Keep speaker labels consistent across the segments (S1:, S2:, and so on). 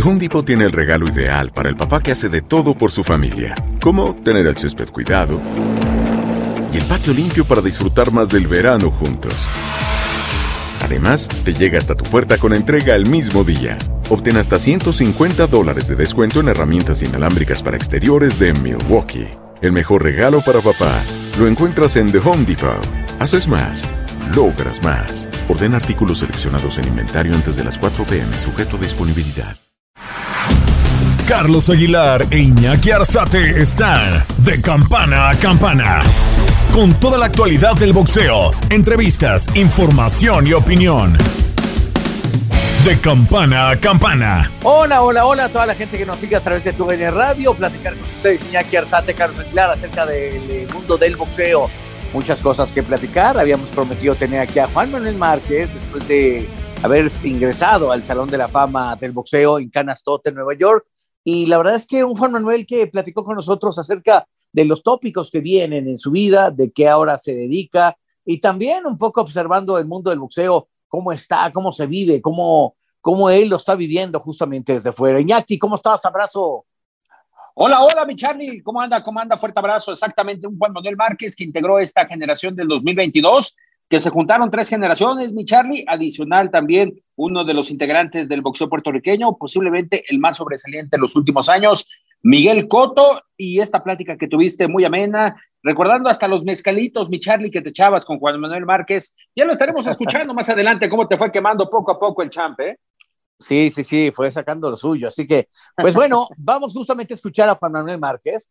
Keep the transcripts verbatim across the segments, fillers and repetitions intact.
S1: The Home Depot tiene el regalo ideal para el papá que hace de todo por su familia, como tener el césped cuidado y el patio limpio para disfrutar más del verano juntos. Además, te llega hasta tu puerta con entrega el mismo día. Obtén hasta ciento cincuenta dólares de descuento en herramientas inalámbricas para exteriores de Milwaukee. El mejor regalo para papá lo encuentras en The Home Depot. Haces más, logras más. Ordena artículos seleccionados en inventario antes de las cuatro p m, sujeto a disponibilidad.
S2: Carlos Aguilar e Iñaki Arzate están de campana a campana, con toda la actualidad del boxeo, entrevistas, información y opinión. De campana a campana.
S3: Hola, hola, hola a toda la gente que nos sigue a través de Tu V N Radio. Platicar con ustedes, Iñaki Arzate, Carlos Aguilar, acerca del mundo del boxeo. Muchas cosas que platicar. Habíamos prometido tener aquí a Juan Manuel Márquez después de haber ingresado al Salón de la Fama del Boxeo en Canastota, en Nueva York. Y la verdad es que un Juan Manuel que platicó con nosotros acerca de los tópicos que vienen en su vida, de qué ahora se dedica, y también un poco observando el mundo del boxeo, cómo está, cómo se vive, cómo, cómo él lo está viviendo justamente desde fuera. Iñaki, ¿cómo estás? Abrazo.
S4: Hola, hola, mi Charlie. ¿Cómo anda? ¿Cómo anda? Fuerte abrazo. Exactamente, un Juan Manuel Márquez que integró esta generación del dos mil veintidós, que se juntaron tres generaciones, mi Charlie, adicional también uno de los integrantes del boxeo puertorriqueño, posiblemente el más sobresaliente en los últimos años, Miguel Cotto, y esta plática que tuviste muy amena, recordando hasta los mezcalitos, mi Charlie, que te echabas con Juan Manuel Márquez. Ya lo estaremos escuchando más adelante, cómo te fue quemando poco a poco el champ, ¿eh?
S3: Sí, sí, sí, fue sacando lo suyo. Así que, pues bueno, vamos justamente a escuchar a Juan Manuel Márquez,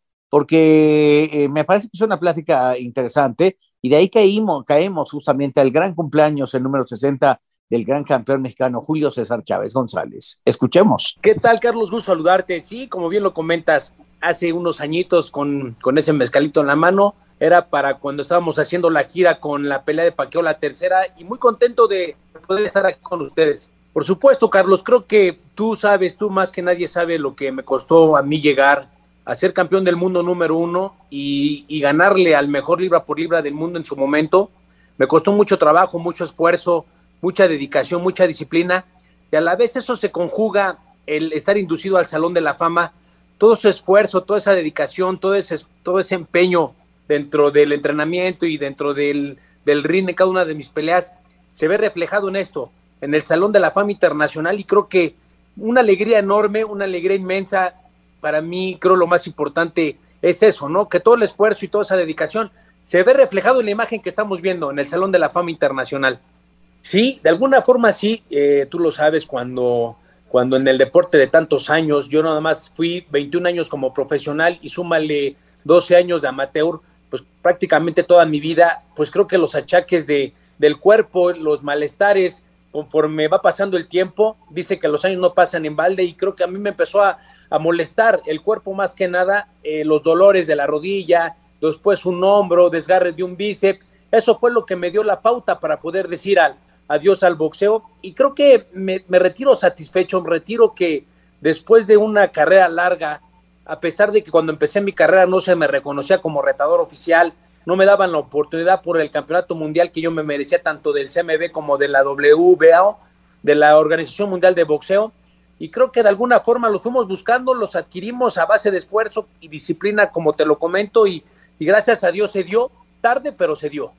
S3: porque eh, me parece que es una plática interesante, y de ahí caímos, caemos justamente al gran cumpleaños, el número sesenta, del gran campeón mexicano Julio César Chávez González. Escuchemos.
S5: ¿Qué tal, Carlos? Gusto saludarte. Sí, como bien lo comentas, hace unos añitos con, con ese mezcalito en la mano, era para cuando estábamos haciendo la gira con la pelea de Pacquiao, la tercera, y muy contento de poder estar aquí con ustedes. Por supuesto, Carlos, creo que tú sabes, tú más que nadie sabe lo que me costó a mí llegar a ser campeón del mundo número uno y, y ganarle al mejor libra por libra del mundo en su momento. Me costó mucho trabajo, mucho esfuerzo, mucha dedicación, mucha disciplina, y a la vez eso se conjuga el estar inducido al Salón de la Fama, todo ese esfuerzo, toda esa dedicación, todo ese, todo ese empeño dentro del entrenamiento y dentro del, del ring en cada una de mis peleas, se ve reflejado en esto, en el Salón de la Fama Internacional, y creo que una alegría enorme, una alegría inmensa. Para mí, creo lo más importante es eso, ¿no? Que todo el esfuerzo y toda esa dedicación se ve reflejado en la imagen que estamos viendo en el Salón de la Fama Internacional. Sí, de alguna forma sí, eh, tú lo sabes, cuando, cuando en el deporte de tantos años, yo nada más fui veintiún años como profesional y súmale doce años de amateur, pues prácticamente toda mi vida, pues creo que los achaques de, del cuerpo, los malestares, conforme va pasando el tiempo, dice que los años no pasan en balde, y creo que a mí me empezó a, a molestar el cuerpo más que nada, eh, los dolores de la rodilla, después un hombro, desgarre de un bíceps. Eso fue lo que me dio la pauta para poder decir al, adiós al boxeo, y creo que me, me retiro satisfecho, me retiro que después de una carrera larga, a pesar de que cuando empecé mi carrera no se me reconocía como retador oficial, no me daban la oportunidad por el campeonato mundial que yo me merecía, tanto del C M B como de la W B O, de la Organización Mundial de Boxeo, y creo que de alguna forma los fuimos buscando, los adquirimos a base de esfuerzo y disciplina, como te lo comento, y, y gracias a Dios se dio, tarde pero se dio.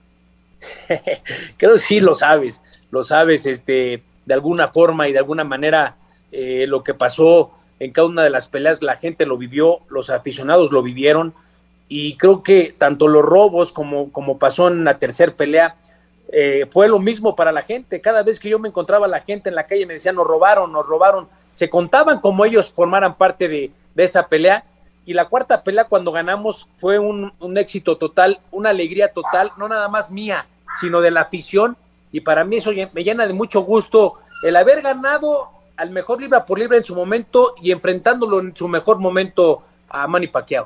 S5: Creo que sí lo sabes, lo sabes, este, de alguna forma y de alguna manera, eh, lo que pasó en cada una de las peleas, la gente lo vivió, los aficionados lo vivieron, y creo que tanto los robos como, como pasó en la tercera pelea, eh, fue lo mismo para la gente. Cada vez que yo me encontraba la gente en la calle me decían, nos robaron, nos robaron, se contaban como ellos formaran parte de, de esa pelea. Y la cuarta pelea, cuando ganamos, fue un, un éxito total, una alegría total, no nada más mía, sino de la afición, y para mí eso me llena de mucho gusto el haber ganado al mejor libra por libra en su momento y enfrentándolo en su mejor momento a Manny Pacquiao.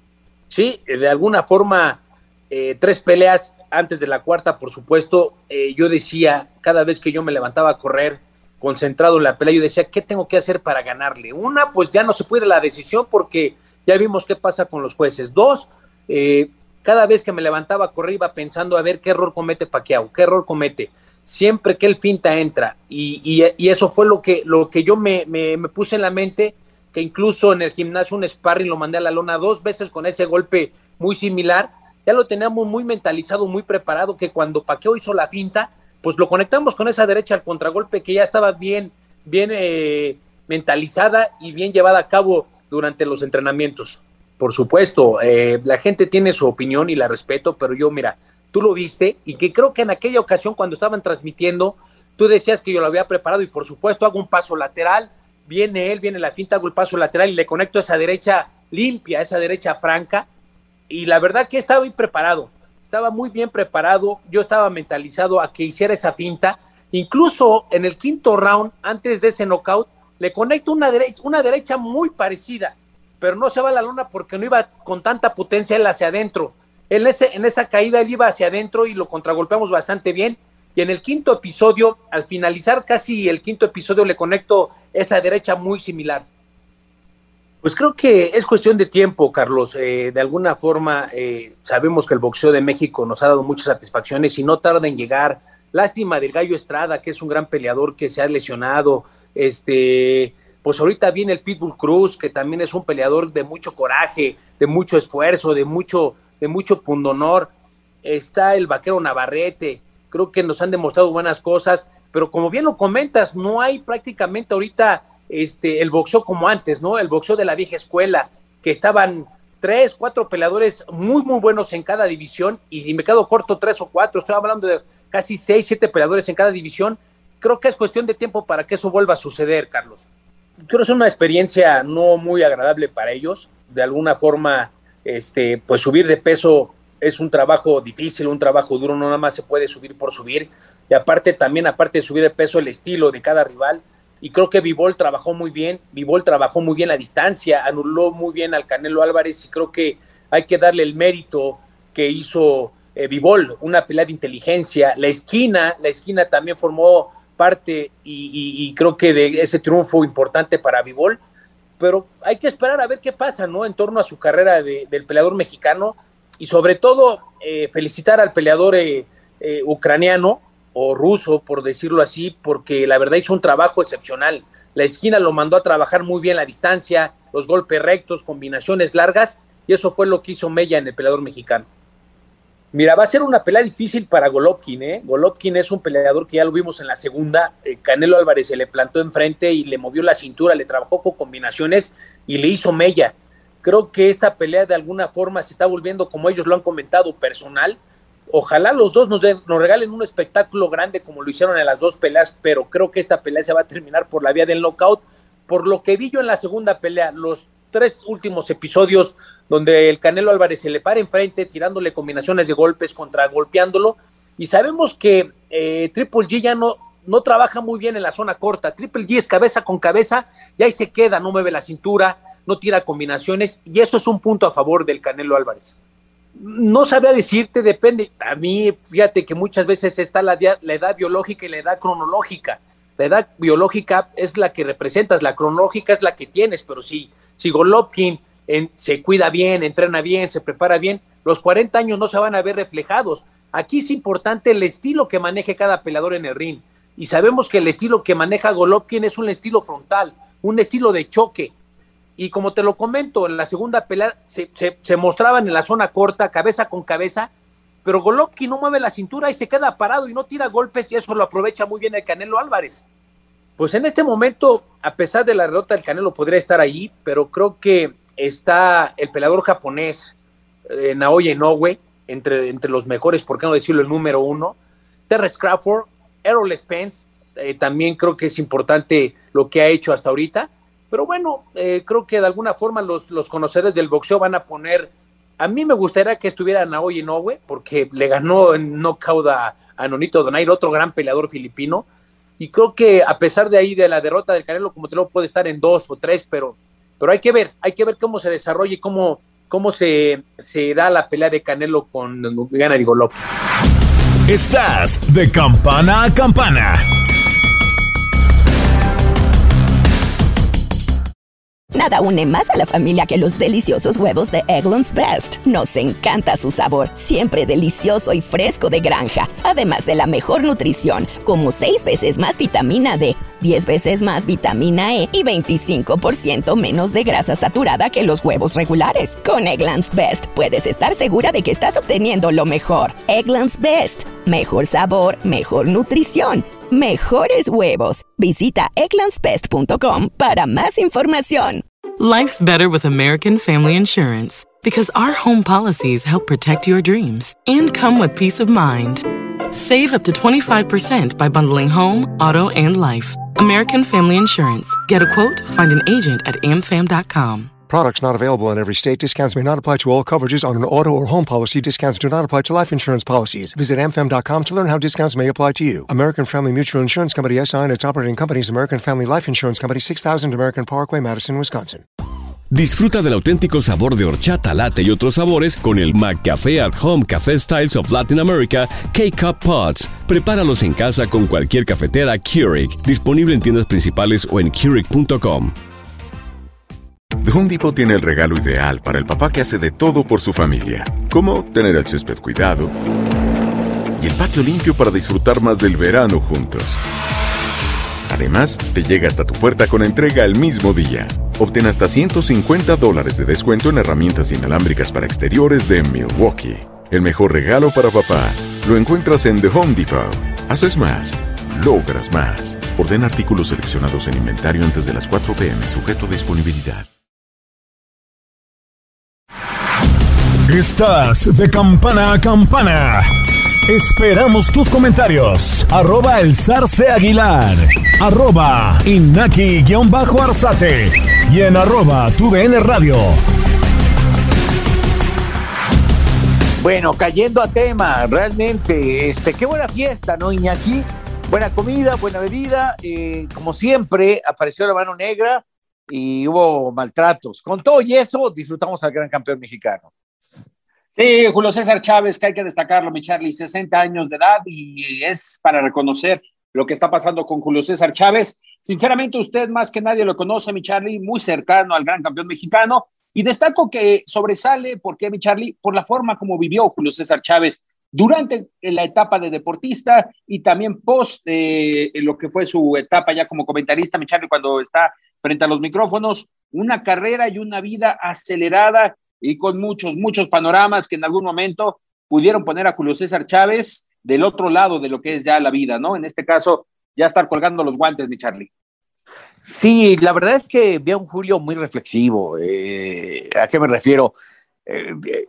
S5: Sí, de alguna forma, eh, tres peleas antes de la cuarta, por supuesto, eh, yo decía, cada vez que yo me levantaba a correr, concentrado en la pelea, yo decía, ¿qué tengo que hacer para ganarle? Una, pues ya no se puede la decisión porque ya vimos qué pasa con los jueces. Dos, eh, cada vez que me levantaba a correr iba pensando a ver qué error comete Pacquiao, qué error comete. siempre que él finta entra, y, y, y eso fue lo que, lo que yo me, me, me puse en la mente, que incluso en el gimnasio un sparring lo mandé a la lona dos veces con ese golpe muy similar, ya lo teníamos muy mentalizado, muy preparado, que cuando Pacquiao hizo la finta, pues lo conectamos con esa derecha al contragolpe que ya estaba bien, bien eh, mentalizada y bien llevada a cabo durante los entrenamientos. Por supuesto, eh, la gente tiene su opinión y la respeto, pero yo, mira, tú lo viste, y que creo que en aquella ocasión cuando estaban transmitiendo, tú decías que yo lo había preparado, y por supuesto hago un paso lateral, viene él, viene la finta, hago el paso lateral y le conecto esa derecha limpia, esa derecha franca, y la verdad que estaba bien preparado, estaba muy bien preparado, yo estaba mentalizado a que hiciera esa finta, incluso en el quinto round, antes de ese knockout, le conecto una derecha, una derecha muy parecida, pero no se va a la lona porque no iba con tanta potencia él hacia adentro. En, ese, en esa caída él iba hacia adentro y lo contragolpeamos bastante bien, y en el quinto episodio, al finalizar casi el quinto episodio, le conecto esa derecha muy similar. Pues creo que es cuestión de tiempo, Carlos. Eh, de alguna forma eh, sabemos que el boxeo de México nos ha dado muchas satisfacciones y no tarda en llegar. Lástima del Gallo Estrada, que es un gran peleador que se ha lesionado. Este, pues ahorita viene el Pitbull Cruz, que también es un peleador de mucho coraje, de mucho esfuerzo, de mucho, de mucho pundonor. Está el Vaquero Navarrete. Creo que nos han demostrado buenas cosas, pero como bien lo comentas, no hay prácticamente ahorita este, el boxeo como antes, ¿no? El boxeo de la vieja escuela, que estaban tres, cuatro peleadores muy, muy buenos en cada división, y si me quedo corto, tres o cuatro, estoy hablando de casi seis, siete peleadores en cada división. Creo que es cuestión de tiempo para que eso vuelva a suceder, Carlos. Creo que es una experiencia no muy agradable para ellos. De alguna forma, este, pues subir de peso es un trabajo difícil, un trabajo duro, no nada más se puede subir por subir, y aparte también, aparte de subir de peso, el estilo de cada rival, y creo que Bivol trabajó muy bien, Bivol trabajó muy bien la distancia, anuló muy bien al Canelo Álvarez, y creo que hay que darle el mérito que hizo eh, Bivol, una pelea de inteligencia, la esquina, la esquina también formó parte, y, y, y creo que de ese triunfo importante para Bivol, pero hay que esperar a ver qué pasa, ¿no?, en torno a su carrera de, del peleador mexicano, y sobre todo eh, felicitar al peleador eh, eh, ucraniano o ruso, por decirlo así, porque la verdad hizo un trabajo excepcional. La esquina lo mandó a trabajar muy bien la distancia, los golpes rectos, combinaciones largas, y eso fue lo que hizo Mella en el peleador mexicano. Mira, va a ser una pelea difícil para Golovkin, ¿eh? Golovkin es un peleador que ya lo vimos en la segunda, eh, Canelo Álvarez se le plantó enfrente y le movió la cintura, le trabajó con combinaciones y le hizo Mella. Creo que esta pelea de alguna forma se está volviendo, como ellos lo han comentado, personal. Ojalá los dos nos, de, nos regalen un espectáculo grande como lo hicieron en las dos peleas, pero creo que esta pelea se va a terminar por la vía del knockout. Por lo que vi yo en la segunda pelea, los tres últimos episodios donde el Canelo Álvarez se le para enfrente, tirándole combinaciones de golpes, contragolpeándolo, y sabemos que eh, Triple G ya no, no trabaja muy bien en la zona corta. Triple G es cabeza con cabeza, y ahí se queda, no mueve la cintura, no tira combinaciones, y eso es un punto a favor del Canelo Álvarez. No sabría decirte, depende. A mí, fíjate que muchas veces está la, la edad biológica y la edad cronológica. La edad biológica es la que representas, la cronológica es la que tienes, pero si, si Golovkin en, se cuida bien, entrena bien, se prepara bien, los cuarenta años no se van a ver reflejados. Aquí es importante el estilo que maneje cada peleador en el ring, y sabemos que el estilo que maneja Golovkin es un estilo frontal, un estilo de choque. Y como te lo comento, en la segunda pelea se, se, se mostraban en la zona corta, cabeza con cabeza, pero Golovkin no mueve la cintura y se queda parado y no tira golpes, y eso lo aprovecha muy bien el Canelo Álvarez. Pues en este momento, a pesar de la derrota, el Canelo podría estar ahí, pero creo que está el peleador japonés, eh, Naoya Inoue, entre, entre los mejores, por qué no decirlo, el número uno, Terrence Crawford, Errol Spence, eh, también creo que es importante lo que ha hecho hasta ahorita. Pero bueno, eh, creo que de alguna forma los, los conocedores del boxeo van a poner, a mí me gustaría que estuviera Naoya Inoue, porque le ganó en knockout a, a Nonito Donaire, otro gran peleador filipino, y creo que a pesar de ahí de la derrota del Canelo, como te lo puede estar en dos o tres, pero, pero hay que ver, hay que ver cómo se desarrolla y cómo, cómo se, se da la pelea de Canelo con Gennady Golovkin.
S2: Estás de campana a campana.
S6: Nada une más a la familia que los deliciosos huevos de Eggland's Best. Nos encanta su sabor, siempre delicioso y fresco de granja. Además de la mejor nutrición, como seis veces más vitamina D, diez veces más vitamina E y veinticinco por ciento menos de grasa saturada que los huevos regulares. Con Eggland's Best puedes estar segura de que estás obteniendo lo mejor. Eggland's Best. Mejor sabor, mejor nutrición, mejores huevos. Visita egglands best punto com para más información.
S7: Life's better with American Family Insurance because our home policies help protect your dreams and come with peace of mind. Save up to twenty-five percent by bundling home, auto, and life. American Family Insurance. Get a quote, find an agent at a m fam dot com.
S8: Products not available in every state. Discounts may not apply to all coverages on an auto or home policy. Discounts do not apply to life insurance policies. Visit a m fam dot com to learn how discounts may apply to you. American Family Mutual Insurance Company S I and its operating companies, American Family Life Insurance Company, six thousand American Parkway, Madison, Wisconsin.
S9: Disfruta del auténtico sabor de horchata, latte y otros sabores con el McCafé at Home Café Styles of Latin America K-Cup Pods. Prepáralos en casa con cualquier cafetera Keurig. Disponible en tiendas principales o en Keurig punto com.
S1: The Home Depot tiene el regalo ideal para el papá que hace de todo por su familia, como tener el césped cuidado y el patio limpio para disfrutar más del verano juntos. Además, te llega hasta tu puerta con entrega el mismo día. Obtén hasta ciento cincuenta dólares de descuento en herramientas inalámbricas para exteriores de Milwaukee. El mejor regalo para papá lo encuentras en The Home Depot. Haces más, logras más. Ordena artículos seleccionados en inventario antes de las cuatro p m, sujeto a disponibilidad.
S2: Estás de campana a campana. Esperamos tus comentarios. Arroba el Zarce Aguilar. Arroba Inaki-Arzate. Y en arroba tu D N Radio.
S3: Bueno, cayendo a tema, realmente, este, qué buena fiesta, ¿no, Iñaki? Buena comida, buena bebida. Eh, como siempre, apareció la mano negra y hubo maltratos. Con todo y eso, disfrutamos al gran campeón mexicano.
S4: Sí, Julio César Chávez, que hay que destacarlo, mi Charlie, sesenta años de edad, y es para reconocer lo que está pasando con Julio César Chávez. Sinceramente, usted más que nadie lo conoce, mi Charlie, muy cercano al gran campeón mexicano, y destaco que sobresale, ¿por qué, mi Charlie? Por la forma como vivió Julio César Chávez durante la etapa de deportista y también post eh, lo que fue su etapa ya como comentarista, mi Charlie, cuando está frente a los micrófonos, una carrera y una vida acelerada y con muchos, muchos panoramas que en algún momento pudieron poner a Julio César Chávez del otro lado de lo que es ya la vida, ¿no? En este caso, ya estar colgando los guantes, mi Charlie.
S3: Sí, la verdad es que vi a un Julio muy reflexivo. Eh, ¿A qué me refiero? Eh, eh,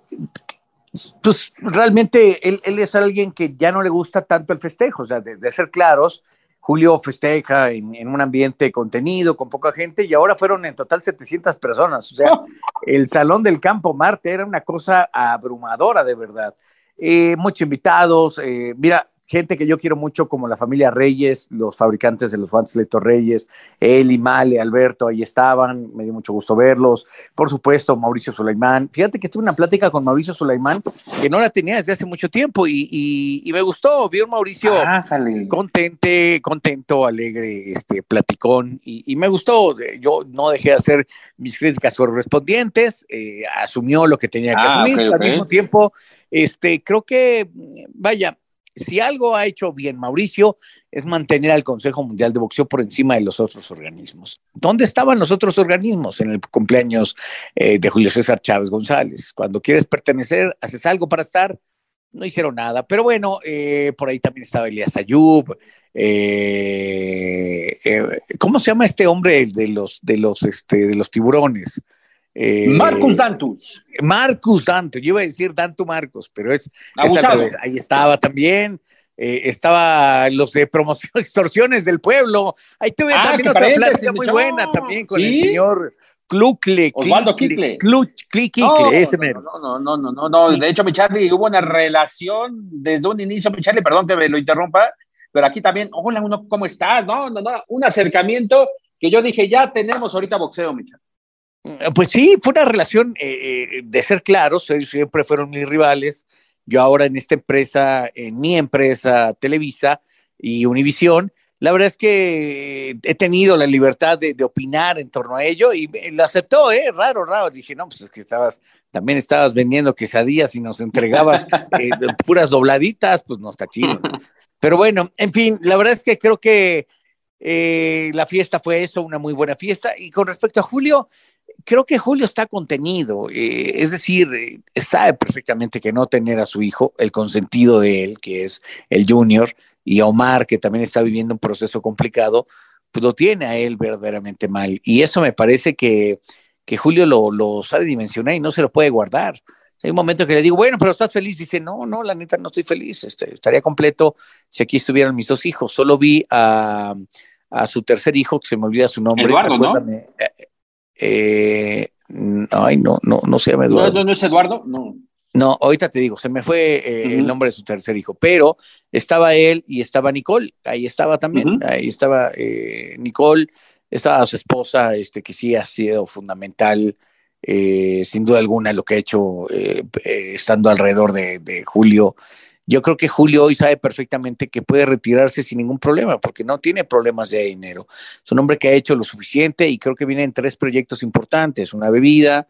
S3: pues realmente él, él es alguien que ya no le gusta tanto el festejo, o sea, de, de ser claros, Julio festeja en, en un ambiente contenido, con poca gente, y ahora fueron en total setecientas personas. O sea, oh. El Salón del Campo Marte era una cosa abrumadora, de verdad. Eh, muchos invitados, eh, mira, gente que yo quiero mucho, como la familia Reyes, los fabricantes de los guantes Leto Reyes, Eli, Male, Alberto, ahí estaban, me dio mucho gusto verlos. Por supuesto, Mauricio Sulaimán. Fíjate que tuve una plática con Mauricio Sulaimán que no la tenía desde hace mucho tiempo y, y, y me gustó. Vi a un Mauricio ah, contente, contento, alegre, este, platicón, y, y me gustó. Yo no dejé de hacer mis críticas correspondientes, eh, asumió lo que tenía que ah, asumir. Okay, okay. Al mismo tiempo, este, creo que, vaya, si algo ha hecho bien Mauricio es mantener al Consejo Mundial de Boxeo por encima de los otros organismos. ¿Dónde estaban los otros organismos en el cumpleaños eh, de Julio César Chávez González? Cuando quieres pertenecer, haces algo para estar. No hicieron nada, pero bueno, eh, por ahí también estaba Elías Ayub. Eh, eh, ¿Cómo se llama este hombre de los, de los, este, de los tiburones?
S4: Eh, Marcus Dantus.
S3: Marcus Dantus, yo iba a decir Dantu Marcos, pero es, es al revés. Ahí estaba también, eh, estaba los de promoción, extorsiones del pueblo. Ahí tuve ah, también otra plática muy buena también con ¿sí? el señor Clucle,
S4: Osvaldo Quicle.
S3: Clucle,
S4: no,
S3: ese
S4: no, no, no, no, no, no, de hecho, mi Charlie, hubo una relación desde un inicio, mi Charlie, perdón que me lo interrumpa, pero aquí también, hola, uno, ¿cómo estás? No, no, no, un acercamiento que yo dije, ya tenemos ahorita boxeo, mi Charlie.
S3: Pues sí, fue una relación eh, de ser claros, ellos siempre fueron mis rivales. Yo ahora en esta empresa, en mi empresa Televisa y Univisión, La verdad es que he tenido la libertad de, de opinar en torno a ello y lo aceptó, ¿eh? Raro, raro. Dije, no, pues es que estabas, también estabas vendiendo quesadillas y nos entregabas eh, puras dobladitas, pues no está chido, ¿no? Pero bueno, en fin, la verdad es que creo que eh, la fiesta fue eso, una muy buena fiesta. Y con respecto a Julio, creo que Julio está contenido, eh, es decir, eh, sabe perfectamente que no tener a su hijo, el consentido de él, que es el Junior, y a Omar, que también está viviendo un proceso complicado, pues lo tiene a él verdaderamente mal. Y eso me parece que, que Julio lo, lo sabe dimensionar y no se lo puede guardar. Hay un momento que le digo, bueno, pero ¿estás feliz? Dice, no, no, la neta no estoy feliz, este, estaría completo si aquí estuvieran mis dos hijos. Solo vi a, a su tercer hijo, que se me olvida su nombre.
S4: Eduardo, ¿no?
S3: Eh, eh, ay, no, no, no se llama Eduardo.
S4: ¿No, no, no es Eduardo? No.
S3: No, ahorita te digo, se me fue eh, uh-huh. el nombre de su tercer hijo, pero estaba él y estaba Nicole, ahí estaba también, uh-huh. ahí estaba eh, Nicole, estaba su esposa, este, que sí ha sido fundamental, eh, sin duda alguna, lo que ha hecho eh, eh, estando alrededor de, de Julio. Yo creo que Julio hoy sabe perfectamente que puede retirarse sin ningún problema, porque no tiene problemas de dinero. Es un hombre que ha hecho lo suficiente y creo que vienen tres proyectos importantes, una bebida,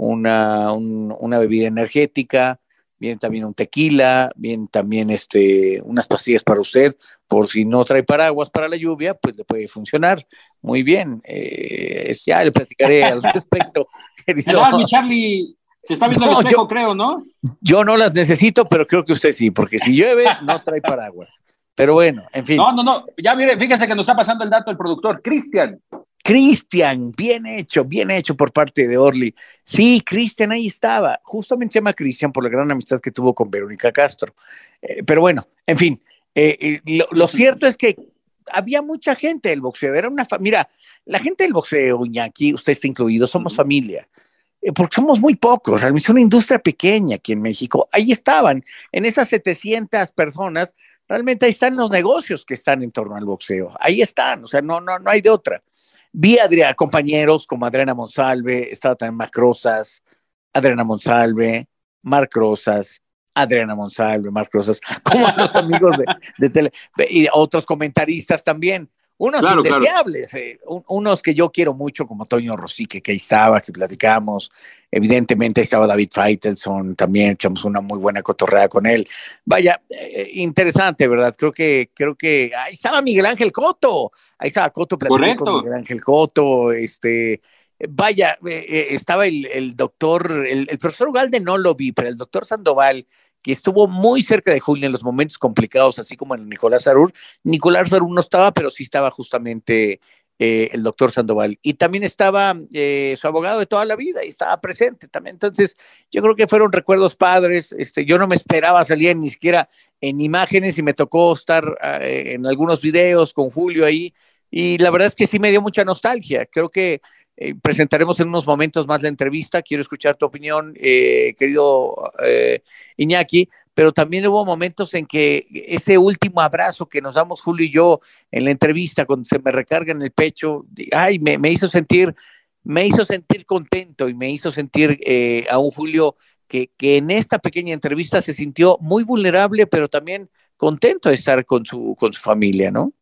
S3: Una, un, una bebida energética, viene también un tequila, viene también este, unas pastillas para usted, por si no trae paraguas para la lluvia, pues le puede funcionar muy bien. Eh, ya le platicaré al respecto, querido.
S4: ¿Verdad, mi Charlie? Se está viendo no, el espejo, yo, creo, ¿no?
S3: Yo no las necesito, pero creo que usted sí, porque si llueve, no trae paraguas. Pero bueno, en fin.
S4: No, no, no, ya mire, fíjese que nos está pasando el dato el productor, Cristian.
S3: Cristian, bien hecho, bien hecho por parte de Orly. Sí, Cristian ahí estaba. Justamente se llama Cristian por la gran amistad que tuvo con Verónica Castro. Eh, pero bueno, en fin, eh, eh, lo, lo cierto es que había mucha gente del boxeo. Era una familia. Mira, la gente del boxeo, Iñaki, usted está incluido, somos familia. Eh, porque somos muy pocos. Es una industria pequeña aquí en México. Ahí estaban, en esas setecientas personas, realmente ahí están los negocios que están en torno al boxeo. Ahí están, o sea, no, no, no hay de otra. Vi a Adriana, compañeros como Adriana Monsalve, estaba también Marc Rosas, Adriana Monsalve, Marc Rosas, Adriana Monsalve, Marc Rosas, como los amigos de, de tele, y otros comentaristas también, unos claro, indeseables, claro. Eh, un, unos que yo quiero mucho, como Toño Rosique, que ahí estaba, que platicamos, evidentemente ahí estaba David Faitelson, también echamos una muy buena cotorreada con él. Vaya, eh, interesante, ¿verdad? Creo que, creo que ahí estaba Miguel Ángel Cotto, ahí estaba Cotto platicando con Miguel Ángel Cotto, este, vaya, eh, estaba el, el doctor, el, el profesor Ugalde no lo vi, pero el doctor Sandoval, que estuvo muy cerca de Julio en los momentos complicados, así como en Nicolás Sarur. Nicolás Sarur no estaba, pero sí estaba justamente eh, el doctor Sandoval. Y también estaba eh, su abogado de toda la vida y estaba presente también. Entonces, yo creo que fueron recuerdos padres. Este, yo no me esperaba salir ni siquiera en imágenes y me tocó estar eh, en algunos videos con Julio ahí. Y la verdad es que sí me dio mucha nostalgia. Creo que Eh, presentaremos en unos momentos más la entrevista. Quiero escuchar tu opinión, eh, querido eh, Iñaki, pero también hubo momentos en que ese último abrazo que nos damos Julio y yo en la entrevista, cuando se me recarga en el pecho, ay, me, me hizo sentir, me hizo sentir contento y me hizo sentir eh, a un Julio que, que en esta pequeña entrevista se sintió muy vulnerable, pero también contento de estar con su, con su familia, ¿no?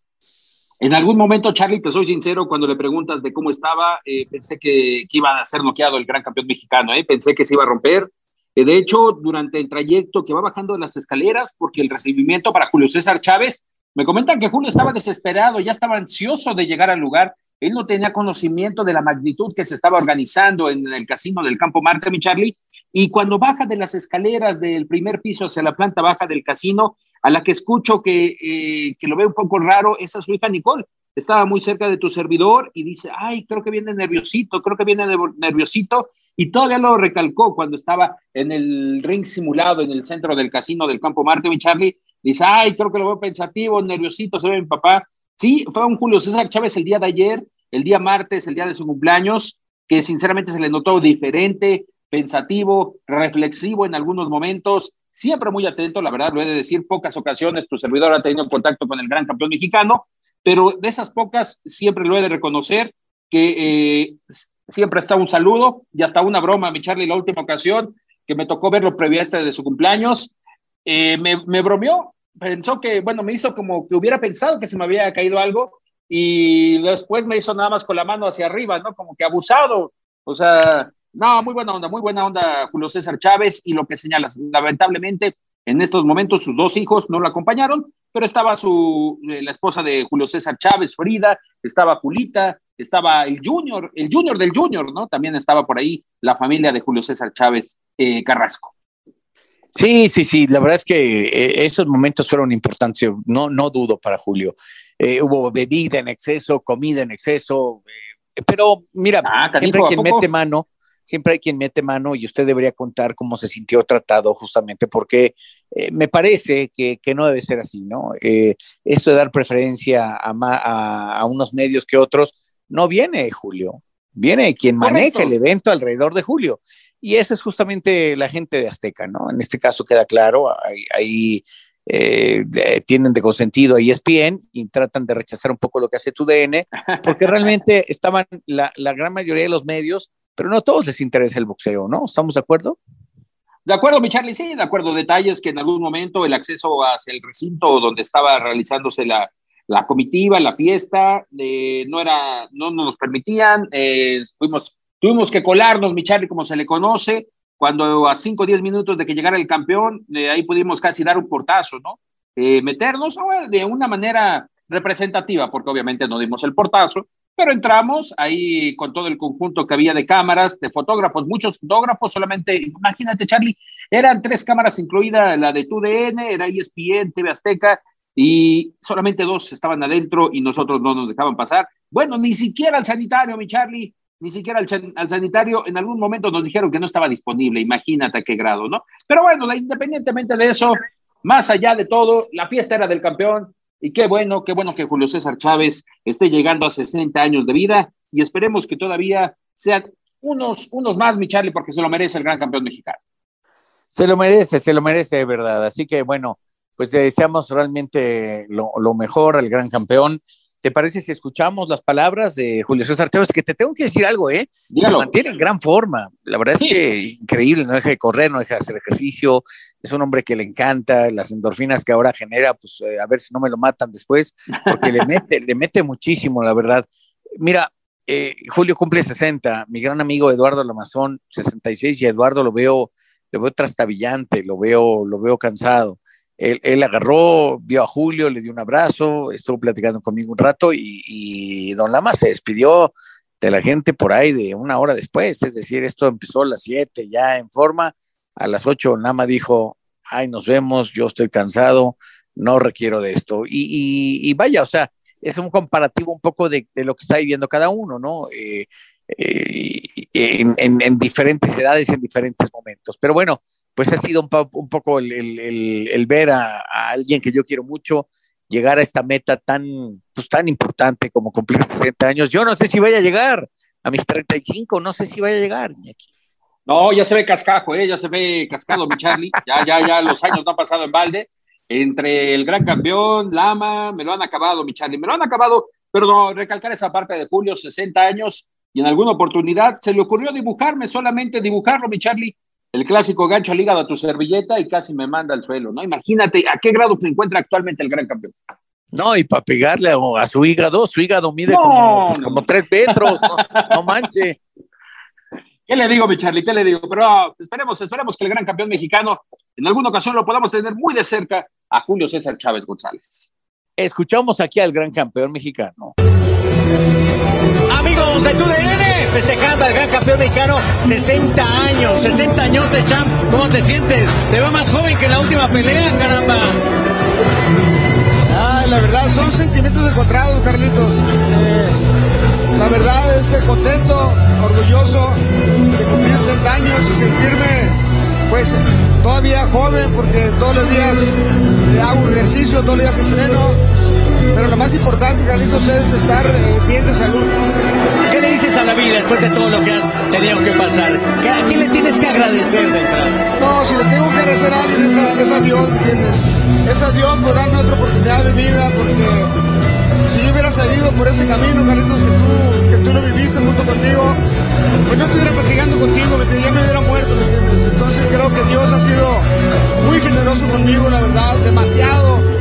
S4: En algún momento, Charlie, te soy sincero, cuando le preguntas de cómo estaba, eh, pensé que, que iba a ser noqueado el gran campeón mexicano, eh, pensé que se iba a romper. Eh, de hecho, durante el trayecto que va bajando de las escaleras, porque el recibimiento para Julio César Chávez, me comentan que Julio estaba desesperado, ya estaba ansioso de llegar al lugar. Él no tenía conocimiento de la magnitud que se estaba organizando en el casino del Campo Marte, mi Charlie, y cuando baja de las escaleras del primer piso hacia la planta baja del casino, a la que escucho que, eh, que lo ve un poco raro, esa es su hija Nicole, estaba muy cerca de tu servidor y dice, ay, creo que viene nerviosito, creo que viene nerviosito, y todavía lo recalcó cuando estaba en el ring simulado en el centro del casino del Campo Marte, mi Charlie, dice, ay, creo que lo veo pensativo, nerviosito, se ve mi papá. Sí, fue un Julio César Chávez el día de ayer, el día martes, el día de su cumpleaños, que sinceramente se le notó diferente, pensativo, reflexivo en algunos momentos, siempre muy atento, la verdad, lo he de decir, pocas ocasiones tu servidor ha tenido contacto con el gran campeón mexicano, pero de esas pocas siempre lo he de reconocer, que eh, siempre está un saludo y hasta una broma, mi Charlie, la última ocasión que me tocó verlo previo a este de su cumpleaños, eh, me, me bromeó, pensó que, bueno, me hizo como que hubiera pensado que se me había caído algo y después me hizo nada más con la mano hacia arriba, ¿no? Como que abusado. O sea, no, muy buena onda, muy buena onda Julio César Chávez y lo que señalas, lamentablemente en estos momentos sus dos hijos no lo acompañaron, pero estaba su, eh, la esposa de Julio César Chávez, Frida, estaba Julita, estaba el Junior, el Junior del Junior, ¿no? También estaba por ahí la familia de Julio César Chávez eh, Carrasco.
S3: Sí, sí, sí, la verdad es que eh, esos momentos fueron importantes, no, no dudo para Julio. Eh, hubo bebida en exceso, comida en exceso, eh, pero mira,
S4: ah,
S3: siempre hay quien mete mano, siempre hay quien mete mano y usted debería contar cómo se sintió tratado justamente porque eh, me parece que, que no debe ser así, ¿no? Eh, esto de dar preferencia a, a, a unos medios que otros no viene de Julio, viene quien maneja el evento alrededor de Julio. Y esa es justamente la gente de Azteca, ¿no? En este caso queda claro, ahí, ahí eh, tienen de consentido a E S P N y tratan de rechazar un poco lo que hace T U D N, porque realmente estaban la, la gran mayoría de los medios, pero no a todos les interesa el boxeo, ¿no? ¿Estamos de acuerdo?
S4: De acuerdo, mi Charlie, sí, de acuerdo. Detalles que en algún momento el acceso hacia el recinto donde estaba realizándose la, la comitiva, la fiesta, eh, no, era, no nos permitían, eh, fuimos... Tuvimos que colarnos, mi Charlie, como se le conoce, cuando a cinco o diez minutos de que llegara el campeón, eh, ahí pudimos casi dar un portazo, ¿no? Eh, meternos bueno, de una manera representativa, porque obviamente no dimos el portazo, pero entramos ahí con todo el conjunto que había de cámaras, de fotógrafos, muchos fotógrafos, solamente, imagínate, Charlie, eran tres cámaras, incluida la de T U D N, era E S P N, T V Azteca, y solamente dos estaban adentro y nosotros no nos dejaban pasar. Bueno, ni siquiera el sanitario, mi Charlie, ni siquiera al, al sanitario en algún momento nos dijeron que no estaba disponible, imagínate a qué grado, ¿no? Pero bueno, la, independientemente de eso, más allá de todo, la fiesta era del campeón y qué bueno, qué bueno que Julio César Chávez esté llegando a sesenta años de vida y esperemos que todavía sean unos, unos más, mi Charlie, porque se lo merece el gran campeón mexicano.
S3: Se lo merece, se lo merece de verdad, así que bueno, pues le deseamos realmente lo, lo mejor al gran campeón. ¿Te parece si escuchamos las palabras de Julio César Chávez? Que te tengo que decir algo, ¿eh?
S4: Dígalo.
S3: Se mantiene en gran forma. La verdad sí. Es que increíble, no deja de correr, no deja de hacer ejercicio. Es un hombre que le encanta, las endorfinas que ahora genera, pues eh, a ver si no me lo matan después, porque le mete, le mete muchísimo, la verdad. Mira, eh, Julio cumple sesenta, mi gran amigo Eduardo Lamazón, sesenta y seis, y Eduardo lo veo, lo veo trastabillante, lo veo, lo veo cansado. Él, él agarró, vio a Julio, le dio un abrazo, estuvo platicando conmigo un rato y, y don Lama se despidió de la gente por ahí de una hora después, es decir, esto empezó a las siete ya en forma, a las ocho don Lama dijo, ay, nos vemos, yo estoy cansado, no requiero de esto, y, y, y vaya, o sea, es un comparativo un poco de, de lo que está viviendo cada uno, ¿no? Eh, eh, en, en, en diferentes edades, en diferentes momentos, pero bueno, pues ha sido un, po- un poco el, el, el, el ver a, a alguien que yo quiero mucho llegar a esta meta tan, pues, tan importante como cumplir sesenta años. Yo no sé si vaya a llegar a mis treinta y cinco, no sé si vaya a llegar.
S4: No, ya se ve cascajo, ¿eh? Ya se ve cascado, mi Charlie. Ya, ya, ya los años no han pasado en balde. Entre el gran campeón, Lama, me lo han acabado, mi Charlie. Me lo han acabado, pero no, recalcar esa parte de Julio, sesenta años, y en alguna oportunidad se le ocurrió dibujarme, solamente dibujarlo, mi Charlie. El clásico gancho al hígado a tu servilleta y casi me manda al suelo, ¿no? Imagínate a qué grado se encuentra actualmente el gran campeón.
S3: No, y para pegarle a, a su hígado, su hígado mide
S4: no,
S3: como,
S4: no.
S3: como tres metros, no, no manche.
S4: ¿Qué le digo, mi Charlie? ¿Qué le digo? Pero esperemos, esperemos que el gran campeón mexicano en alguna ocasión lo podamos tener muy de cerca a Julio César Chávez González.
S3: Escuchamos aquí al gran campeón mexicano.
S10: Amigos de T U D N, festejando al gran campeón mexicano, sesenta años, sesenta años de champ. ¿Cómo te sientes? Te veo más joven que en la última pelea, caramba.
S11: Ah, la verdad, son sentimientos encontrados, Carlitos. Eh, la verdad, estoy contento, orgulloso de cumplir sesenta años y sentirme, pues, todavía joven, porque todos los días eh, hago ejercicio, todos los días entreno. Pero lo más importante, Carlitos, es estar eh, bien de salud.
S10: ¿Qué le dices a la vida después de todo lo que has tenido que pasar? ¿A quién le tienes que agradecer de entrada?
S11: No, si le tengo que agradecer a alguien es a, es a Dios, ¿entiendes? Es a Dios por darme otra oportunidad de vida, porque si yo hubiera salido por ese camino, Carlitos, que tú, que tú lo viviste junto conmigo, pues no estuviera platicando contigo, ya me hubiera muerto, ¿me entiendes? Entonces creo que Dios ha sido muy generoso conmigo, la verdad, demasiado.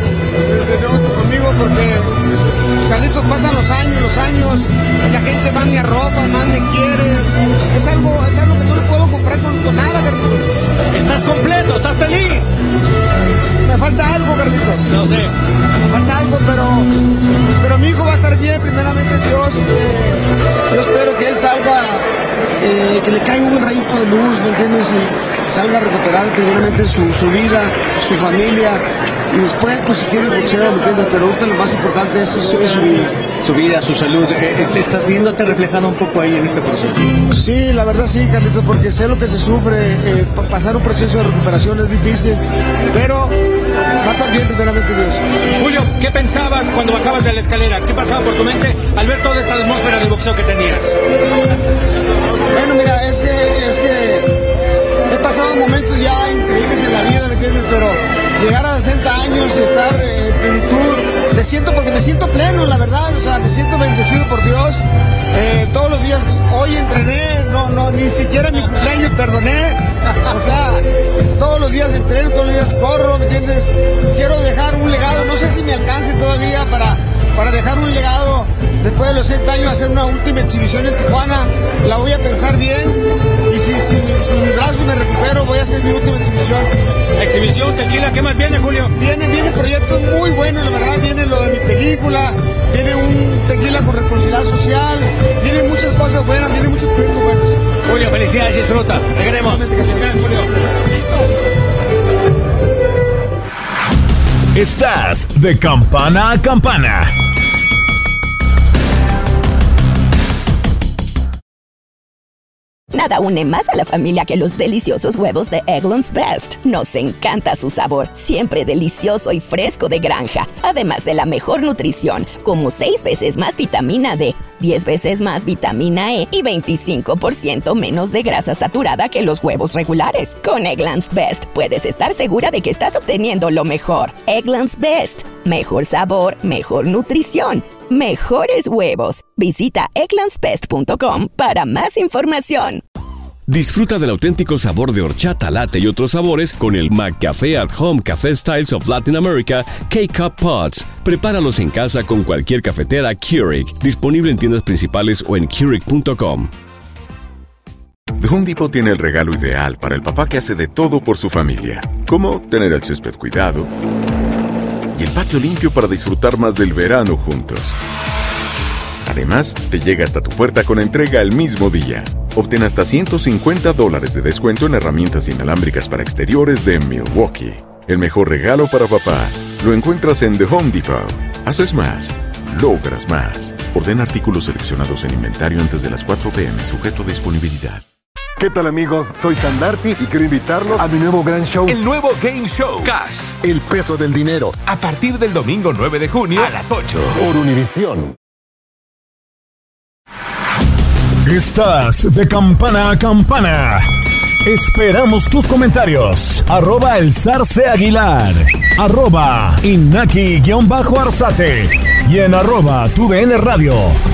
S11: es algo, es algo que no lo puedo comprar con, con nada, Carlitos.
S10: ¿Estás completo? ¿Estás feliz?
S11: Me falta algo, Carlitos.
S10: No sé.
S11: Me falta algo, pero, pero mi hijo va a estar bien, primeramente Dios. Eh, yo espero que él salga, eh, que le caiga un rayito de luz, ¿me entiendes? Y salga a recuperar primeramente su, su vida, su familia. Y después, pues si quiere el boxeo, ¿me entiendes? Pero ahorita lo más importante es, es, es su vida.
S10: Su vida, su salud. Eh, ¿Te estás viéndote reflejado un poco ahí en este proceso?
S11: Sí, la verdad sí, Carlitos, porque sé lo que se sufre. Eh, pasar un proceso de recuperación es difícil, pero va a estar bien, primeramente Dios.
S4: Julio, ¿qué pensabas cuando bajabas de la escalera? ¿Qué pasaba por tu mente al ver toda esta atmósfera del boxeo que tenías?
S11: Bueno, mira, es que, es que he pasado momentos ya increíbles en la vida, ¿me entiendes? Pero llegar a sesenta años y estar en plenitud, me siento, porque me siento pleno, la verdad, o sea, me siento bendecido por Dios. Eh, todos los días, hoy entrené, no, no, ni siquiera mi cumpleaños perdoné, o sea, todos los días entreno, todos los días corro, ¿me entiendes? Quiero dejar un legado, no sé si me alcance todavía para, para dejar un legado después de los sesenta años, hacer una última exhibición en Tijuana, la voy a pensar bien, y si, si, mi, si mi brazo me recupero, voy a hacer mi última exhibición.
S4: Exhibición, tequila, ¿qué más viene, Julio?
S11: Vienen, vienen proyectos muy buenos, la verdad, viene lo de mi película, viene un tequila con responsabilidad social, vienen muchas cosas buenas, vienen muchos proyectos buenos.
S10: Julio, felicidades, disfruta. Regremos.
S4: Gracias, Julio.
S2: Estás de campana a campana.
S6: Nada une más a la familia que los deliciosos huevos de Eggland's Best. Nos encanta su sabor, siempre delicioso y fresco de granja. Además de la mejor nutrición, como seis veces más vitamina D, diez veces más vitamina E y veinticinco por ciento menos de grasa saturada que los huevos regulares. Con Eggland's Best puedes estar segura de que estás obteniendo lo mejor. Eggland's Best. Mejor sabor, mejor nutrición. Mejores huevos. Visita egglands best punto com para más información.
S9: Disfruta del auténtico sabor de horchata, latte y otros sabores con el McCafé at Home Café Styles of Latin America K-Cup Pods. Prepáralos en casa con cualquier cafetera Keurig. Disponible en tiendas principales o en Keurig punto com.
S1: The Home Depot tiene el regalo ideal para el papá que hace de todo por su familia, como tener el césped cuidado y el patio limpio para disfrutar más del verano juntos. Además, te llega hasta tu puerta con entrega el mismo día. Obtén hasta ciento cincuenta dólares de descuento en herramientas inalámbricas para exteriores de Milwaukee. El mejor regalo para papá lo encuentras en The Home Depot. Haces más, logras más. Ordena artículos seleccionados en inventario antes de las cuatro p m, sujeto a disponibilidad.
S12: ¿Qué tal, amigos? Soy Sandarti y quiero invitarlos a mi nuevo gran show.
S13: El nuevo Game Show Cash.
S12: El peso del dinero.
S13: A partir del domingo nueve de junio a las ocho.
S12: Por Univisión.
S2: Estás de campana a campana. Esperamos tus comentarios. Arroba el Zarce Aguilar. Arroba Inaki-Arzate. Y en arroba tu D N Radio.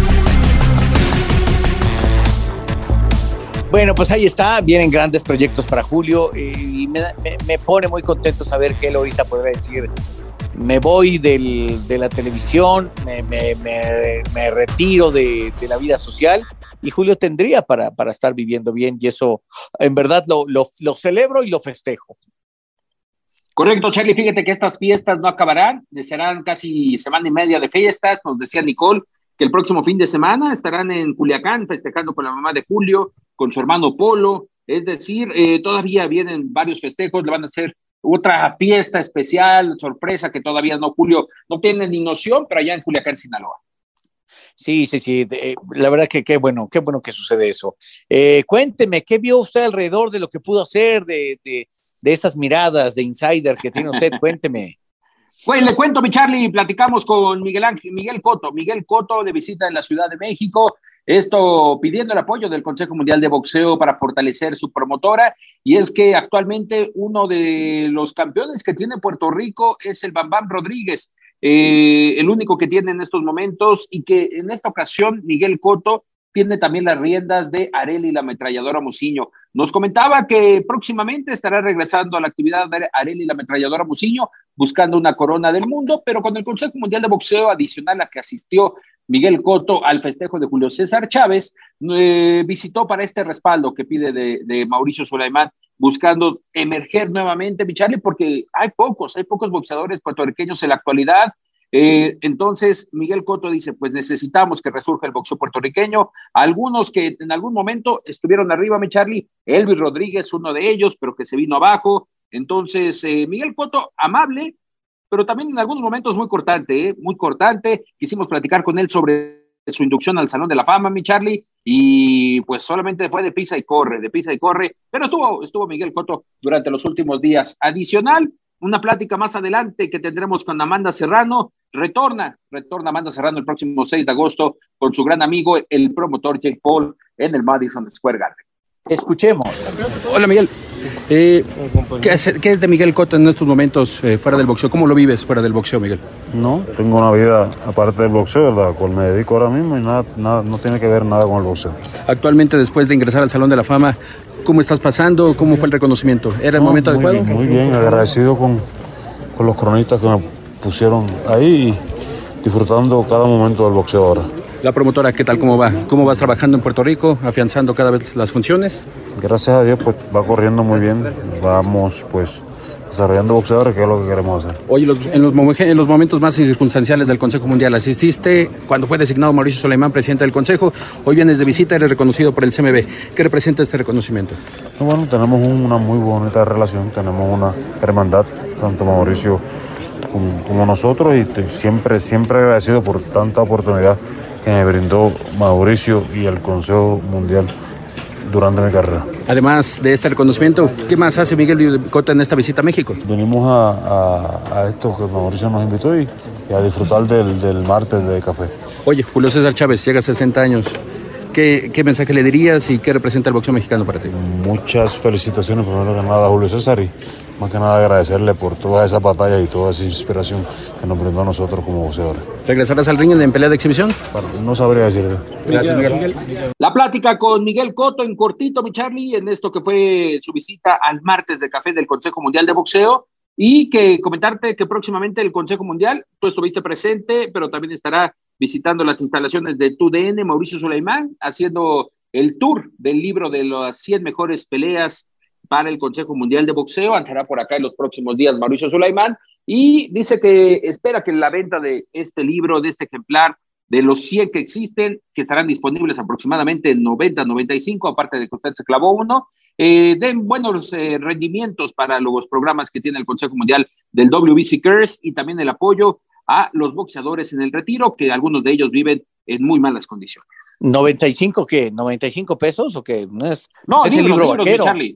S3: Bueno, pues ahí está, vienen grandes proyectos para Julio eh, y me, me, me pone muy contento saber que él ahorita podrá decir, me voy del, de la televisión, me, me, me, me retiro de, de la vida social, y Julio tendría para, para estar viviendo bien, y eso en verdad lo, lo, lo celebro y lo festejo.
S4: Correcto, Charlie, fíjate que estas fiestas no acabarán, serán casi semana y media de fiestas, nos decía Nicole, que el próximo fin de semana estarán en Culiacán festejando con la mamá de Julio, con su hermano Polo, es decir, eh, todavía vienen varios festejos, le van a hacer otra fiesta especial, sorpresa, que todavía no, Julio, no tiene ni noción, pero allá en Culiacán, Sinaloa.
S3: Sí, sí, sí, de, la verdad que qué bueno, qué bueno que sucede eso. Eh, cuénteme, ¿qué vio usted alrededor de lo que pudo hacer, de, de, de esas miradas de insider que tiene usted? Cuénteme.
S4: Pues le cuento, mi Charlie, platicamos con Miguel Ángel, Miguel Cotto, Miguel Cotto de visita en la Ciudad de México, esto pidiendo el apoyo del Consejo Mundial de Boxeo para fortalecer su promotora, y es que actualmente uno de los campeones que tiene Puerto Rico es el Bam Bam Rodríguez, eh, el único que tiene en estos momentos, y que en esta ocasión Miguel Cotto tiene también las riendas de Arely la Ametralladora Muciño. Nos comentaba que próximamente estará regresando a la actividad de Arely la Ametralladora Muciño, buscando una corona del mundo, pero con el Consejo Mundial de Boxeo, adicional a que asistió Miguel Cotto al festejo de Julio César Chávez, eh, visitó para este respaldo que pide de, de Mauricio Sulaimán, buscando emerger nuevamente, mi Charlie, porque hay pocos, hay pocos boxeadores puertorriqueños en la actualidad. Eh, entonces Miguel Cotto dice, pues necesitamos que resurja el boxeo puertorriqueño. Algunos que en algún momento estuvieron arriba, mi Charlie, Elvis Rodríguez, uno de ellos, pero que se vino abajo. Entonces eh, Miguel Cotto, amable, pero también en algunos momentos muy cortante, ¿eh? muy cortante. Quisimos platicar con él sobre su inducción al Salón de la Fama, mi Charlie, y pues solamente fue de pisa y corre, de pisa y corre, pero estuvo, estuvo Miguel Cotto durante los últimos días. Adicional, una plática más adelante que tendremos con Amanda Serrano, retorna, retorna Amanda Serrano el próximo seis de agosto con su gran amigo, el promotor Jake Paul, en el Madison Square Garden.
S3: Escuchemos.
S14: Hola, Miguel. Eh, ¿qué, es, ¿Qué es de Miguel Cotto en estos momentos eh, fuera del boxeo? ¿Cómo lo vives fuera del boxeo, Miguel?
S15: No, tengo una vida aparte del boxeo, a la cual me dedico ahora mismo y nada, nada, no tiene que ver nada con el boxeo.
S14: Actualmente, después de ingresar al Salón de la Fama, ¿cómo estás pasando? ¿Cómo fue el reconocimiento? ¿Era el
S15: no,
S14: momento
S15: muy
S14: adecuado?
S15: Bien, muy bien, agradecido con, con los cronistas que me pusieron ahí y disfrutando cada momento del boxeo ahora.
S14: La promotora, ¿qué tal? ¿Cómo va? ¿Cómo vas trabajando en Puerto Rico, afianzando cada vez las funciones?
S15: Gracias a Dios, pues va corriendo muy bien. Vamos, pues, desarrollando boxeadores, que es lo que queremos hacer.
S14: Oye, los, en, los, en los momentos más circunstanciales del Consejo Mundial, asististe cuando fue designado Mauricio Sulaimán presidente del Consejo. Hoy vienes de visita, eres reconocido por el C M B. ¿Qué representa este reconocimiento?
S15: No, bueno, tenemos una muy bonita relación, tenemos una hermandad, tanto Mauricio como, como nosotros, y te, siempre, siempre agradecido por tanta oportunidad que me brindó Mauricio y el Consejo Mundial durante mi carrera.
S14: Además de este reconocimiento, ¿qué más hace Miguel Cotto en esta visita a México?
S15: Venimos a, a, a esto que Mauricio nos invitó y, y a disfrutar del, del martes de café.
S14: Oye, Julio César Chávez llega a sesenta años. ¿Qué, ¿Qué mensaje le dirías y qué representa el boxeo mexicano para ti?
S15: Muchas felicitaciones, primero que nada, a Julio César, y más que nada agradecerle por todas esas batallas y toda esa inspiración que nos brindó a nosotros como boxeadores.
S14: ¿Regresarás al ring en pelea de exhibición?
S15: Bueno, no sabría decirle.
S14: Gracias, Miguel.
S4: La plática con Miguel Cotto en cortito, mi Charlie, en esto que fue su visita al martes de café del Consejo Mundial de Boxeo, y que comentarte que próximamente el Consejo Mundial, tú estuviste presente, pero también estará visitando las instalaciones de T U D N, Mauricio Sulaimán, haciendo el tour del libro de las cien mejores peleas para el Consejo Mundial de Boxeo. Andará por acá en los próximos días Mauricio Sulaimán, y dice que espera que la venta de este libro, de este ejemplar, de los cien que existen, que estarán disponibles aproximadamente en noventa, noventa y cinco, aparte de que usted se clavó uno, eh, den buenos eh, rendimientos para los programas que tiene el Consejo Mundial del W B C Cares, y también el apoyo a los boxeadores en el retiro, que algunos de ellos viven en muy malas condiciones.
S3: ¿noventa y cinco qué? ¿noventa y cinco pesos o qué? No es,
S4: no,
S3: es
S4: libros,
S3: el libro
S4: libros,
S3: vaquero.
S4: Charlie.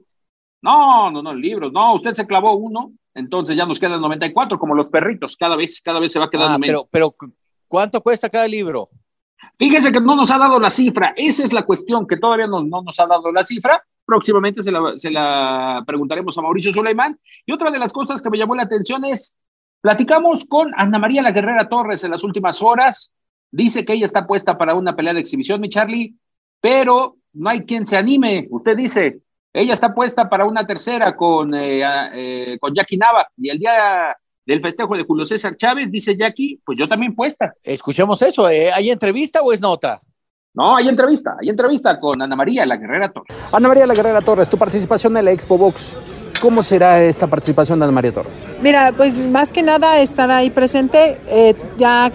S4: No, no, no, libros. No, usted se clavó uno, entonces ya nos quedan noventa y cuatro, como los perritos, cada vez, cada vez se va quedando
S3: ah,
S4: menos.
S3: Pero, pero, ¿cuánto cuesta cada libro?
S4: Fíjense que no nos ha dado la cifra, esa es la cuestión, que todavía no, no nos ha dado la cifra. Próximamente se la, se la preguntaremos a Mauricio Sulaimán. Y otra de las cosas que me llamó la atención es, platicamos con Ana María La Guerrera Torres en las últimas horas. Dice que ella está puesta para una pelea de exhibición, mi Charlie, pero no hay quien se anime. Usted dice, ella está puesta para una tercera con, eh, eh, con Jackie Nava, y el día del festejo de Julio César Chávez, dice Jackie, pues yo también puesta.
S3: Escuchemos eso, ¿eh? ¿Hay entrevista o es nota?
S4: No, hay entrevista, hay entrevista con Ana María La Guerrera Torres.
S14: Ana María La Guerrera Torres, tu participación en la Expo Box, ¿cómo será esta participación de Ana María Torres?
S16: Mira, pues más que nada estar ahí presente, eh, ya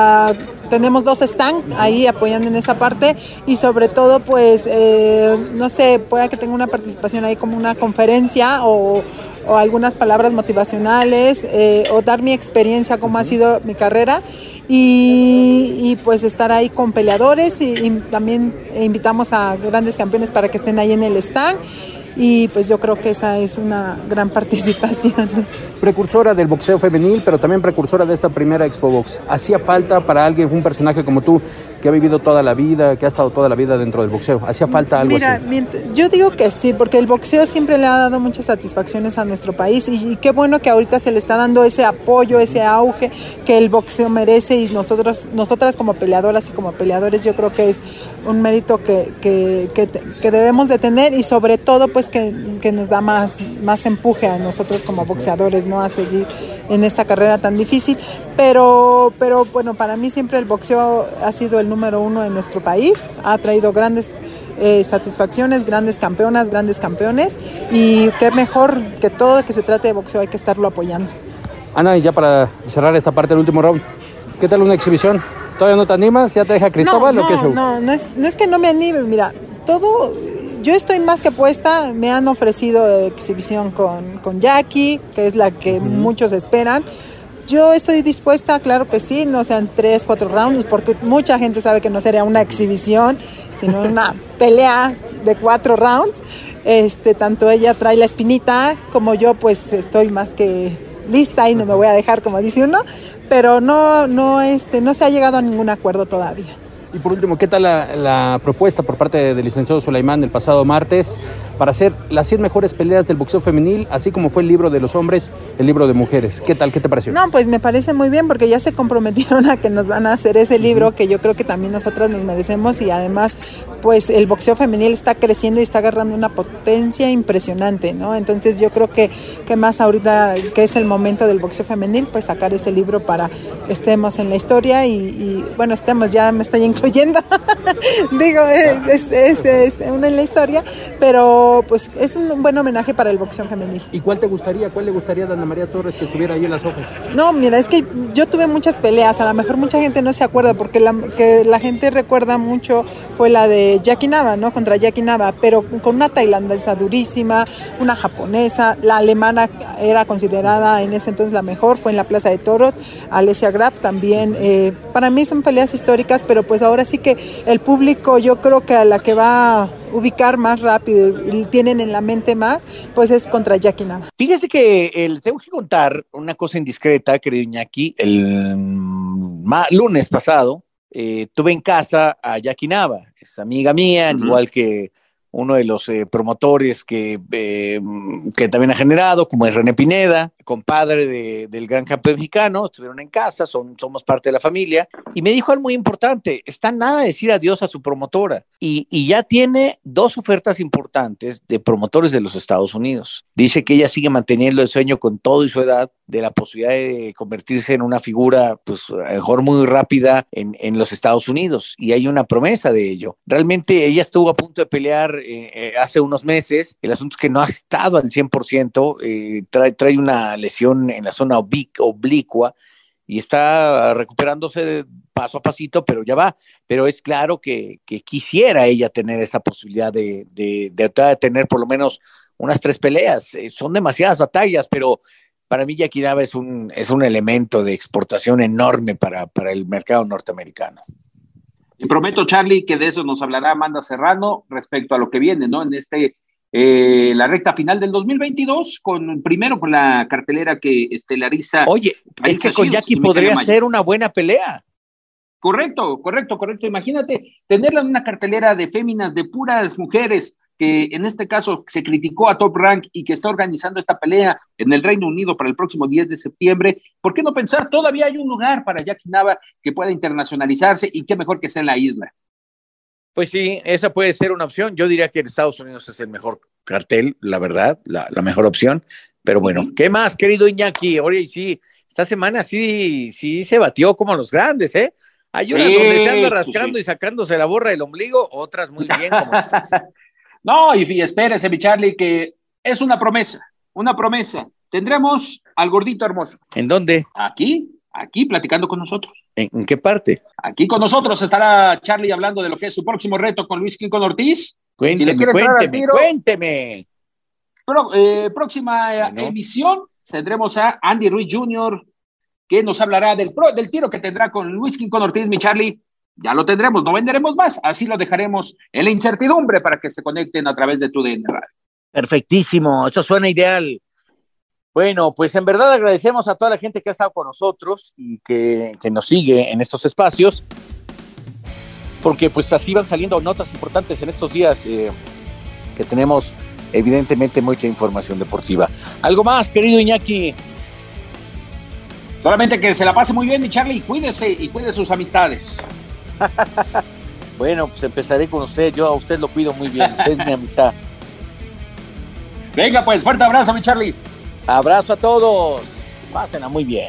S16: uh, tenemos dos stands ahí apoyando en esa parte, y sobre todo pues, eh, no sé, pueda que tenga una participación ahí como una conferencia o, o algunas palabras motivacionales, eh, o dar mi experiencia, cómo ha sido mi carrera, y, y pues estar ahí con peleadores, y, y también invitamos a grandes campeones para que estén ahí en el stand. Y pues yo creo que esa es una gran participación.
S14: Precursora del boxeo femenil, pero también precursora de esta primera Expo Box. ¿Hacía falta para alguien, un personaje como tú, que ha vivido toda la vida, que ha estado toda la vida dentro del boxeo? ¿Hacía falta algo
S16: Mira,
S14: así?
S16: Yo digo que sí, porque el boxeo siempre le ha dado muchas satisfacciones a nuestro país, y, y qué bueno que ahorita se le está dando ese apoyo, ese auge que el boxeo merece, y nosotros, nosotras como peleadoras y como peleadores, yo creo que es un mérito que, que, que, que debemos de tener, y sobre todo pues que, que nos da más, más empuje a nosotros como boxeadores, ¿no? A seguir en esta carrera tan difícil, pero, pero bueno, para mí siempre el boxeo ha sido el número uno en nuestro país, ha traído grandes eh, satisfacciones, grandes campeonas, grandes campeones, y qué mejor que todo que se trate de boxeo, hay que estarlo apoyando.
S14: Ana, y ya para cerrar esta parte del último round, ¿qué tal una exhibición? ¿Todavía no te animas? ¿Ya te deja Cristóbal
S16: no,
S14: o qué show?
S16: No, no es, no es que no me anime, mira, todo, yo estoy más que puesta, me han ofrecido exhibición con, con Jackie, que es la que uh-huh. muchos esperan. Yo estoy dispuesta, claro que sí, no sean tres, cuatro rounds, porque mucha gente sabe que no sería una exhibición, sino una pelea de cuatro rounds. Este, tanto ella trae la espinita, como yo pues estoy más que lista y no me voy a dejar, como dice uno, pero no, no, este, no se ha llegado a ningún acuerdo todavía.
S14: Y por último, ¿qué tal la, la propuesta por parte del licenciado Sulaimán el pasado martes para hacer las cien mejores peleas del boxeo femenil, así como fue el libro de los hombres, el libro de mujeres? ¿Qué tal? ¿Qué te pareció?
S16: No, pues me parece muy bien porque ya se comprometieron a que nos van a hacer ese libro que yo creo que también nosotras nos merecemos, y además pues el boxeo femenil está creciendo y está agarrando una potencia impresionante, ¿no? Entonces yo creo que, que más ahorita que es el momento del boxeo femenil, pues sacar ese libro para que estemos en la historia y, y bueno, estemos, ya me estoy incluyendo, digo, es, es, es, es uno en la historia, pero pues es un buen homenaje para el boxeo femenil.
S14: ¿Y cuál te gustaría, cuál le gustaría a Ana María Torres que estuviera ahí en las hojas?
S16: No, mira, es que yo tuve muchas peleas, a lo mejor mucha gente no se acuerda, porque la, que la gente recuerda mucho fue la de Jackie Nava, ¿no? Contra Jackie Nava, pero con una tailandesa durísima, una japonesa, la alemana era considerada en ese entonces la mejor, fue en la Plaza de Toros, Alessia Graf también, eh, para mí son peleas históricas, pero pues ahora sí que el público, yo creo que a la que va a ubicar más rápido y tienen en la mente más, pues es contra Jackie Nava.
S3: Fíjese que el, tengo que contar una cosa indiscreta, querido Iñaki, el ma, lunes pasado, Eh, tuve en casa a Jackie Nava, es amiga mía, uh-huh. igual que uno de los eh, promotores que, eh, que también ha generado, como es René Pineda, compadre de, del gran campeón mexicano. Estuvieron en casa, son, somos parte de la familia, y me dijo algo muy importante: está nada de decir adiós a su promotora, y, y ya tiene dos ofertas importantes de promotores de los Estados Unidos. Dice que ella sigue manteniendo el sueño con todo y su edad de la posibilidad de convertirse en una figura, pues a lo mejor muy rápida en, en los Estados Unidos, y hay una promesa de ello. Realmente ella estuvo a punto de pelear eh, eh, hace unos meses. El asunto es que no ha estado al cien por ciento, eh, trae, trae una lesión en la zona oblic- oblicua y está recuperándose paso a pasito, pero ya va. Pero es claro que, que quisiera ella tener esa posibilidad de, de, de, de tener por lo menos unas tres peleas. Eh, son demasiadas batallas, pero para mí Jackie Nava es un, es un elemento de exportación enorme para, para el mercado norteamericano.
S4: Y prometo, Charlie, que de eso nos hablará Amanda Serrano respecto a lo que viene, ¿no? En este, eh, la recta final del dos mil veintidós, con, primero con la cartelera que estelariza.
S3: Oye, es que con Jackie podría ser una buena pelea.
S4: Correcto, correcto, correcto. Imagínate tenerla en una cartelera de féminas, de puras mujeres, que en este caso se criticó a Top Rank y que está organizando esta pelea en el Reino Unido para el próximo diez de septiembre. ¿Por qué no pensar? Todavía hay un lugar para Jackie Nava que pueda internacionalizarse, y qué mejor que sea en la isla.
S3: Pues sí, esa puede ser una opción. Yo diría que en Estados Unidos es el mejor cartel, la verdad, la, la mejor opción. Pero bueno, ¿qué más, querido Iñaki? Oye, sí, esta semana sí, sí se batió como los grandes, ¿eh? Hay unas sí, donde se anda rascando sí, sí. y sacándose la borra del ombligo, otras muy bien como estas.
S4: No, y, y espérese, mi Charlie, que es una promesa, una promesa. Tendremos al gordito hermoso.
S3: ¿En dónde?
S4: Aquí, aquí platicando con nosotros.
S3: ¿En, en qué parte?
S4: Aquí con nosotros estará Charlie hablando de lo que es su próximo reto con Luis Quincón Ortiz.
S3: Cuénteme, si cuénteme, tiro, cuénteme.
S4: Pro, eh, próxima bueno. emisión tendremos a Andy Ruiz junior, que nos hablará del, pro, del tiro que tendrá con Luis Quincón Ortiz, mi Charlie. Ya lo tendremos, no venderemos más, así lo dejaremos en la incertidumbre para que se conecten a través de tu D N Radio.
S3: Perfectísimo, eso suena ideal. Bueno, pues en verdad agradecemos a toda la gente que ha estado con nosotros y que, que nos sigue en estos espacios, porque pues así van saliendo notas importantes en estos días eh, que tenemos evidentemente mucha información deportiva. ¿Algo más, querido Iñaki?
S4: Solamente que se la pase muy bien, mi Charlie, cuídese y cuide sus amistades.
S3: Bueno, pues empezaré con usted. Yo a usted lo cuido muy bien. Usted es mi amistad.
S4: Venga, pues, fuerte abrazo, mi Charlie.
S3: Abrazo a todos. Pásenla muy bien.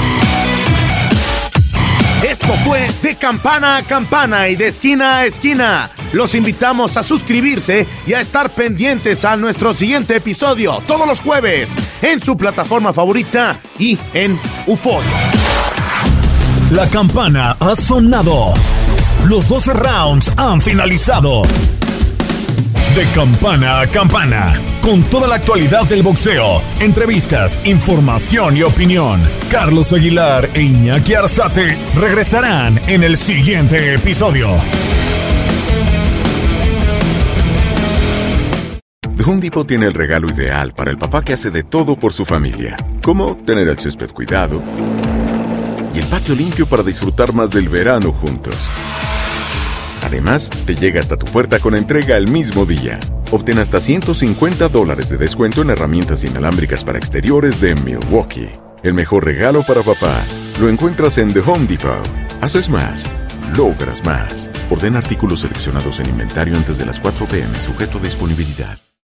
S17: Esto fue De Campana a Campana y de Esquina a Esquina. Los invitamos a suscribirse y a estar pendientes a nuestro siguiente episodio todos los jueves en su plataforma favorita y en Euforia.
S2: La campana ha sonado. Los doce rounds han finalizado. De campana a campana, con toda la actualidad del boxeo, entrevistas, información y opinión. Carlos Aguilar e Iñaki Arzate regresarán en el siguiente episodio.
S1: The Home Depot tiene el regalo ideal para el papá que hace de todo por su familia, como tener el césped cuidado y el patio limpio para disfrutar más del verano juntos. Además, te llega hasta tu puerta con entrega el mismo día. Obtén hasta ciento cincuenta dólares de descuento en herramientas inalámbricas para exteriores de Milwaukee. El mejor regalo para papá lo encuentras en The Home Depot. Haces más, logras más. Ordena artículos seleccionados en inventario antes de las cuatro p m, sujeto a disponibilidad.